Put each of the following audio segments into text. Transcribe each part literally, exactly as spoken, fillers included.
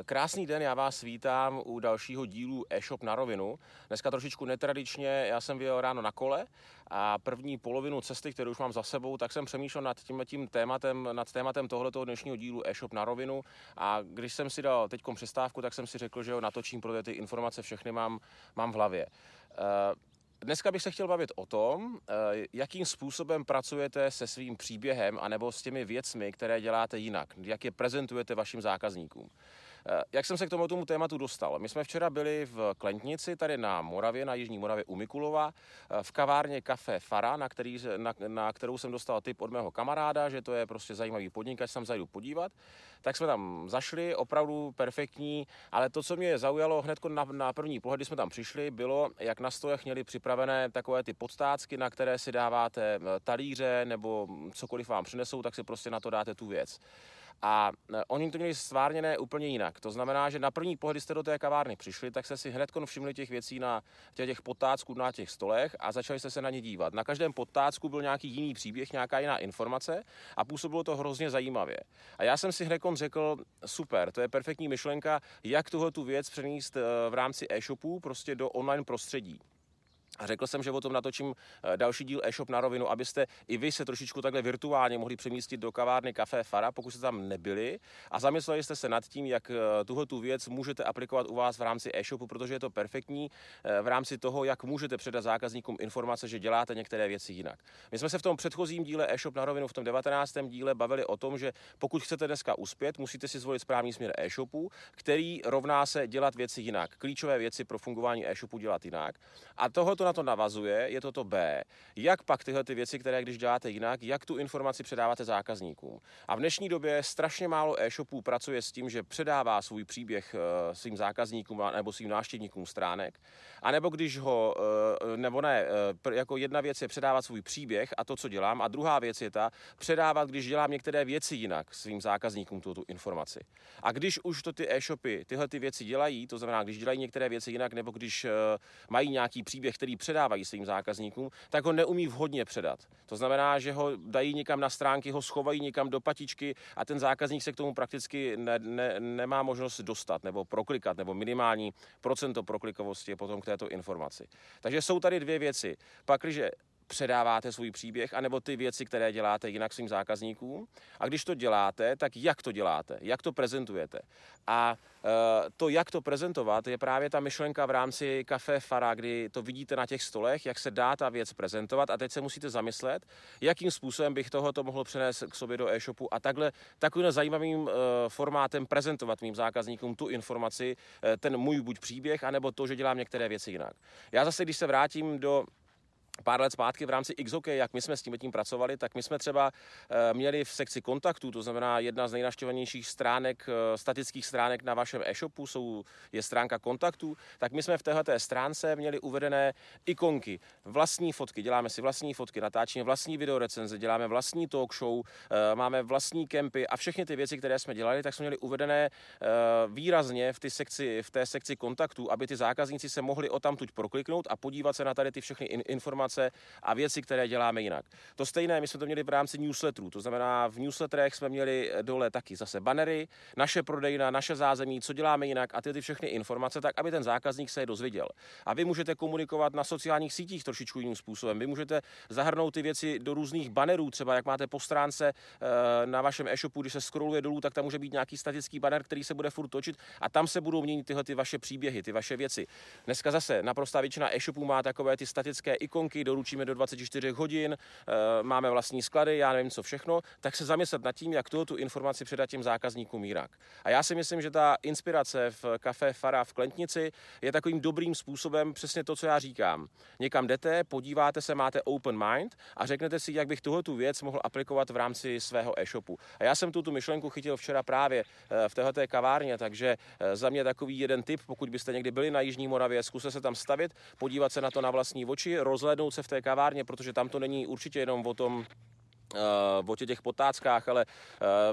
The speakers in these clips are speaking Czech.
Krásný den, já vás vítám u dalšího dílu e-shop na rovinu. Dneska trošičku netradičně, já jsem vyjel ráno na kole a první polovinu cesty, kterou už mám za sebou, tak jsem přemýšlel nad tím tématem, nad tématem tohoto dnešního dílu e-shop na rovinu a když jsem si dal teďkom přestávku, tak jsem si řekl, že ho natočím, protože ty informace všechny mám, mám v hlavě. Dneska bych se chtěl bavit o tom, jakým způsobem pracujete se svým příběhem anebo s těmi věcmi, které děláte jinak, jak je prezentujete vašim zákazníkům. Jak jsem se k tomuto tématu dostal? My jsme včera byli v Klentnici, tady na Moravě, na Jižní Moravě u Mikulova, v kavárně Café Fara, na, který, na, na kterou jsem dostal tip od mého kamaráda, že to je prostě zajímavý podnik, až se tam zajdu podívat. Tak jsme tam zašli, opravdu perfektní, ale to, co mě zaujalo hned na, na první pohled, když jsme tam přišli, bylo, jak na stojech měli připravené takové ty podstácky, na které si dáváte talíře nebo cokoliv vám přinesou, tak si prostě na to dáte tu věc. A oni to měli stvárněné úplně jinak. To znamená, že na první pohled, když jste do té kavárny přišli, tak jste si hned všimli těch věcí na těch podtácků na těch stolech a začali jste se na ně dívat. Na každém podtácku byl nějaký jiný příběh, nějaká jiná informace a působilo to hrozně zajímavě. A já jsem si hned řekl, super, to je perfektní myšlenka, jak tuhle tu věc přenést v rámci e-shopu prostě do online prostředí. A řekl jsem, že o tom natočím další díl e-shop na rovinu, abyste i vy se trošičku takhle virtuálně mohli přemístit do kavárny Café Fara, pokud jste tam nebyli, a zamysleli jste se nad tím, jak tuhle tu věc můžete aplikovat u vás v rámci e-shopu, protože je to perfektní v rámci toho, jak můžete předat zákazníkům informace, že děláte některé věci jinak. My jsme se v tom předchozím díle e-shop na rovinu, v tom devatenáctém díle bavili o tom, že pokud chcete dneska uspět, musíte si zvolit správný směr e-shopu, který rovná se dělat věci jinak. Klíčové věci pro fungování e-shopu dělat jinak. A tohoto na to navazuje, je to to B. Jak pak tyhle ty věci, které když děláte jinak, jak tu informaci předáváte zákazníkům. A v dnešní době strašně málo e-shopů pracuje s tím, že předává svůj příběh svým zákazníkům nebo svým návštěvníkům stránek. A nebo když ho, nebo ne, jako jedna věc je předávat svůj příběh a to, co dělám, a druhá věc je ta, předávat, když dělám některé věci jinak svým zákazníkům tu informaci. A když už to ty e-shopy tyhle ty věci dělají, to znamená, když dělají některé věci jinak, nebo když mají nějaký příběh, který předávají svým zákazníkům, tak ho neumí vhodně předat. To znamená, že ho dají někam na stránky, ho schovají někam do patičky a ten zákazník se k tomu prakticky ne, ne, nemá možnost dostat nebo proklikat, nebo minimální procento proklikovosti je potom k této informaci. Takže jsou tady dvě věci. Pakliže předáváte svůj příběh, anebo ty věci, které děláte jinak svým zákazníkům. A když to děláte, tak jak to děláte? Jak to prezentujete? A e, to, jak to prezentovat, je právě ta myšlenka v rámci Café Fara, kdy to vidíte na těch stolech, jak se dá ta věc prezentovat a teď se musíte zamyslet, jakým způsobem bych tohoto mohl přenést k sobě do e-shopu a takhle takovým zajímavým e, formátem prezentovat mým zákazníkům tu informaci, e, ten můj buď příběh, anebo to, že dělám některé věci jinak. Já zase, když se vrátím do pár let zpátky v rámci X Hockey, jak my jsme s tím tím pracovali, tak my jsme třeba e, měli v sekci kontaktů, to znamená jedna z nejnavštěvanějších stránek, e, statických stránek na vašem e-shopu jsou, je stránka kontaktů, tak my jsme v téhleté stránce měli uvedené ikonky, vlastní fotky, děláme si vlastní fotky, natáčíme vlastní videorecenze, děláme vlastní talk show, e, máme vlastní kempy a všechny ty věci, které jsme dělali, tak jsme měli uvedené e, výrazně v, ty sekci, v té sekci kontaktů, aby ty zákazníci se mohli odtamtud prokliknout a podívat se na tady ty všechny in, informace a věci, které děláme jinak. To stejné, my jsme to měli v rámci newsletterů, to znamená v newsletterech jsme měli dole taky zase bannery, naše prodejna, naše zázemí, co děláme jinak a ty, ty všechny informace, tak aby ten zákazník se je dozvěděl. A vy můžete komunikovat na sociálních sítích trošičku jiným způsobem. Vy můžete zahrnout ty věci do různých bannerů, třeba jak máte po stránce na vašem e-shopu, když se scrolluje dolů, tak tam může být nějaký statický banner, který se bude furt točit a tam se budou měnit tyhle ty vaše příběhy, ty vaše věci. Dneska zase naprostá většina e-shopů má takové ty statické ikonky, doručíme do dvacet čtyři hodin, máme vlastní sklady, já nevím co všechno, tak se zamyslet nad tím, jak tu informaci předat těm zákazníkům jinak. A já si myslím, že ta inspirace v Café Fara v Klentnici je takovým dobrým způsobem přesně to, co já říkám. Někam jdete, podíváte se, máte open mind a řeknete si, jak bych tuhletu věc mohl aplikovat v rámci svého e-shopu. A já jsem tu myšlenku chytil včera právě v téhleté kavárně, takže za mě takový jeden tip, pokud byste někdy byli na Jižní Moravě, zkuste se tam stavit, podívat se na to na vlastní oči, rozhlédnout se v té kavárně, protože tam to není určitě jenom o tom, uh, o těch potáckách, ale uh,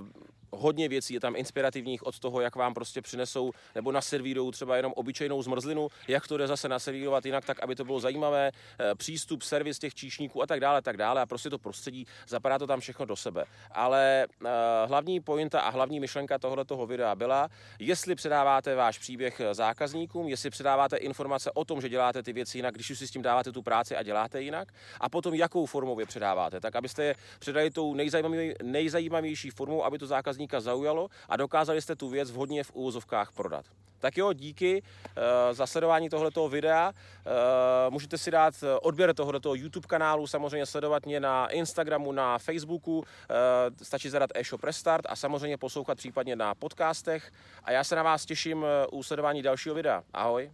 hodně věcí je tam inspirativních od toho, jak vám prostě přinesou nebo naservírují třeba jenom obyčejnou zmrzlinu, jak to jde zase naservírovat jinak, tak aby to bylo zajímavé, přístup, servis těch číšníků a tak dále, tak dále a prostě to prostředí, zapadá to tam všechno do sebe. Ale uh, hlavní pointa a hlavní myšlenka tohoto videa byla, jestli předáváte váš příběh zákazníkům, jestli předáváte informace o tom, že děláte ty věci jinak, když už si s tím dáváte tu práci a děláte jinak, a potom jakou formou je předáváte, tak abyste je předali tou nejzajímavější formou, aby to zákazník zaujalo a dokázali jste tu věc vhodně v úvozovkách prodat. Tak jo, díky uh, za sledování tohoto videa. Uh, můžete si dát odběr tohoto YouTube kanálu, samozřejmě sledovat mě na Instagramu, na Facebooku, uh, stačí zadat e-shop Restart a samozřejmě poslouchat případně na podcastech. A já se na vás těším u sledování dalšího videa. Ahoj.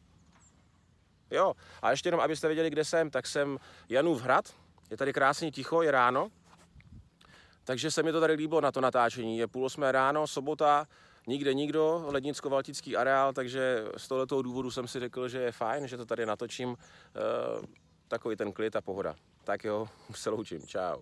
Jo, a ještě jenom, abyste věděli, kde jsem, tak jsem Janův Hrad. Je tady krásně ticho, je ráno. Takže se mi to tady líbilo na to natáčení. Je půl osmé ráno, sobota, nikde nikdo, Lednicko-Valtický areál, takže z tohoto důvodu jsem si řekl, že je fajn, že to tady natočím. E, takový ten klid a pohoda. Tak jo, už se loučím. Čau.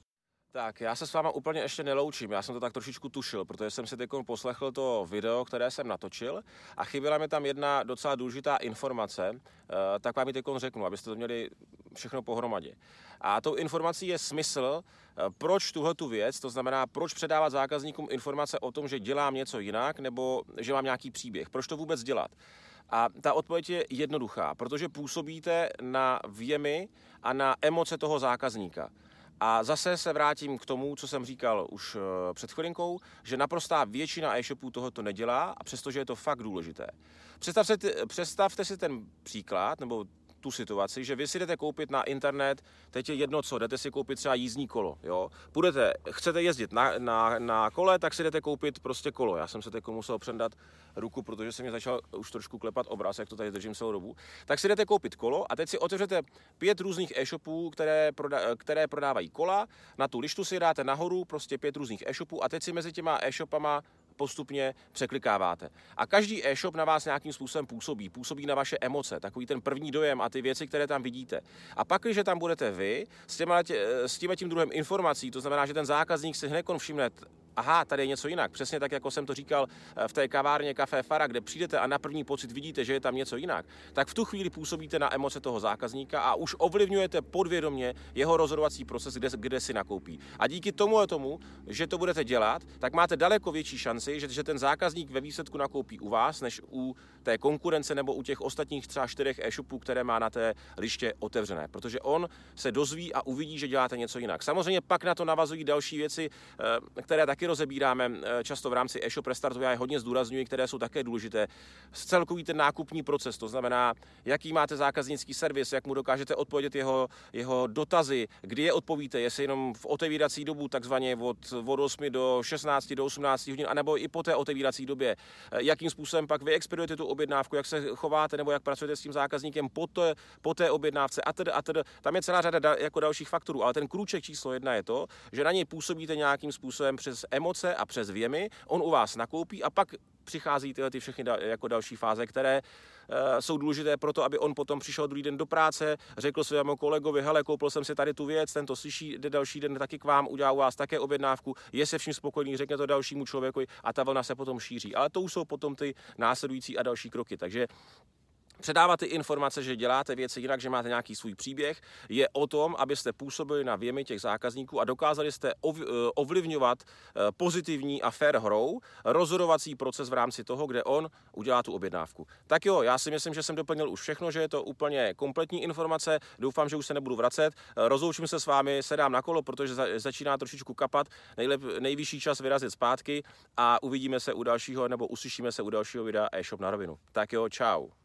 Tak, já se s váma úplně ještě neloučím, já jsem to tak trošičku tušil, protože jsem si teď poslechl to video, které jsem natočil a chyběla mi tam jedna docela důležitá informace, e, tak vám ji teď řeknu, abyste to měli všechno pohromadě. A tou informací je smysl, proč tuhletu věc, to znamená, proč předávat zákazníkům informace o tom, že dělám něco jinak, nebo že mám nějaký příběh. Proč to vůbec dělat? A ta odpověď je jednoduchá, protože působíte na vjemy a na emoce toho zákazníka. A zase se vrátím k tomu, co jsem říkal už před chvilinkou, že naprostá většina e-shopů tohoto nedělá a přestože je to fakt důležité. Představte, představte si ten příklad, nebo tu situaci, že vy si jdete koupit na internet, teď je jedno co, jdete si koupit třeba jízdní kolo, jo. Půjdete, chcete jezdit na, na, na kole, tak si jdete koupit prostě kolo. Já jsem se teď musel přendat ruku, protože se mě začal už trošku klepat obraz, jak to tady držím celou dobu. Tak si jdete koupit kolo a teď si otevřete pět různých e-shopů, které, proda, které prodávají kola, na tu lištu si dáte nahoru prostě pět různých e-shopů a teď si mezi těma e-shopama postupně překlikáváte. A každý e-shop na vás nějakým způsobem působí, působí na vaše emoce, takový ten první dojem a ty věci, které tam vidíte. A pak, když tam budete vy, s, těma, s tím tím druhem informací, to znamená, že ten zákazník si hned všimne, aha, tady je něco jinak. Přesně tak, jako jsem to říkal v té kavárně Café Fara, kde přijdete a na první pocit vidíte, že je tam něco jinak, tak v tu chvíli působíte na emoce toho zákazníka a už ovlivňujete podvědomě jeho rozhodovací proces, kde, kde si nakoupí. A díky tomu a tomu, že to budete dělat, tak máte daleko větší šanci, že, že ten zákazník ve výsledku nakoupí u vás, než u té konkurence nebo u těch ostatních třeba čtyřech e-shopů, které má na té liště otevřené. Protože on se dozví a uvidí, že děláte něco jinak. Samozřejmě pak na to navazují další věci, které taky rozebíráme často v rámci e-shop Restartu, já je hodně zdůrazňuji, které jsou také důležité. Celkový ten nákupní proces, to znamená, jaký máte zákaznický servis, jak mu dokážete odpovědět jeho, jeho dotazy, kdy je odpovíte, jestli jenom v otevírací dobu, takzvaně od, od osmi do šestnácti do osmnácti hodin, anebo i po té otevírací době, jakým způsobem pak vy expedujete tu objednávku, jak se chováte nebo jak pracujete s tím zákazníkem po té, po té objednávce a tedy a tedy. Tam je celá řada da, jako dalších faktorů, ale ten krůček číslo jedna je to, že na něj působíte nějakým způsobem přes emoce a přes vjemy, on u vás nakoupí a pak přichází tyhle ty všechny da, jako další fáze, které uh, jsou důležité pro to, aby on potom přišel druhý den do práce, řekl svému kolegovi, hele, koupil jsem si tady tu věc, ten to slyší, jde další den taky k vám, udělá u vás také objednávku, je se vším spokojený, řekne to dalšímu člověku a ta vlna se potom šíří. Ale to už jsou potom ty následující a další kroky. Takže předávat ty informace, že děláte věci jinak, že máte nějaký svůj příběh, je o tom, abyste působili na vjemy těch zákazníků a dokázali jste ovlivňovat pozitivní a fair hrou rozhodovací proces v rámci toho, kde on udělá tu objednávku. Tak jo, já si myslím, že jsem doplnil už všechno, že je to úplně kompletní informace. Doufám, že už se nebudu vracet. Rozloučím se s vámi, sedám na kolo, protože začíná trošičku kapat. Nejlep, nejvyšší čas vyrazit zpátky a uvidíme se u dalšího nebo uslyšíme se u dalšího videa e-shop na rovinu. Tak jo, čau.